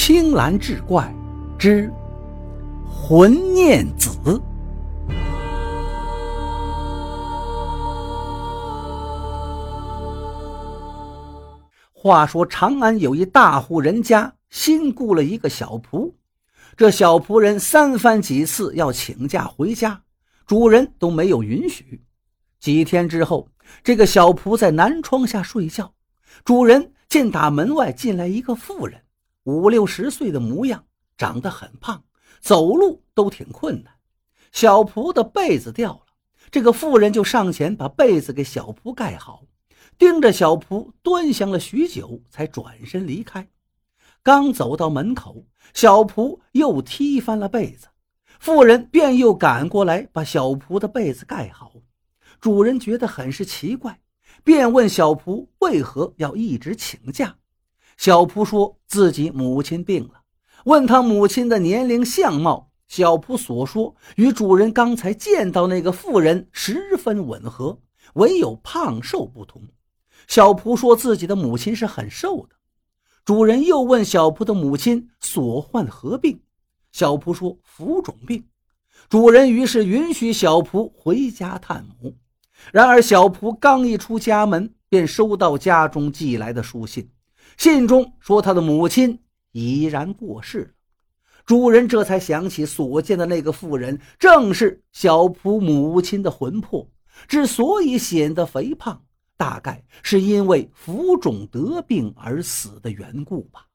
青蓝志怪之魂念子。话说长安有一大户人家新雇了一个小仆，这小仆人三番几次要请假回家，主人都没有允许。几天之后，这个小仆在南窗下睡觉，主人见打门外进来一个妇人，50、60岁的模样，长得很胖，走路都挺困难。小仆的被子掉了，这个妇人就上前把被子给小仆盖好，盯着小仆端详了许久，才转身离开。刚走到门口，小仆又踢翻了被子，妇人便又赶过来把小仆的被子盖好。主人觉得很是奇怪，便问小仆为何要一直请假。小仆说自己母亲病了，问他母亲的年龄相貌，小仆所说与主人刚才见到那个妇人十分吻合，唯有胖瘦不同。小仆说自己的母亲是很瘦的。主人又问小仆的母亲所患何病，小仆说浮肿病。主人于是允许小仆回家探母。然而小仆刚一出家门，便收到家中寄来的书信，信中说他的母亲已然过世了。主人这才想起所见的那个妇人正是小仆母亲的魂魄，之所以显得肥胖，大概是因为浮肿得病而死的缘故吧。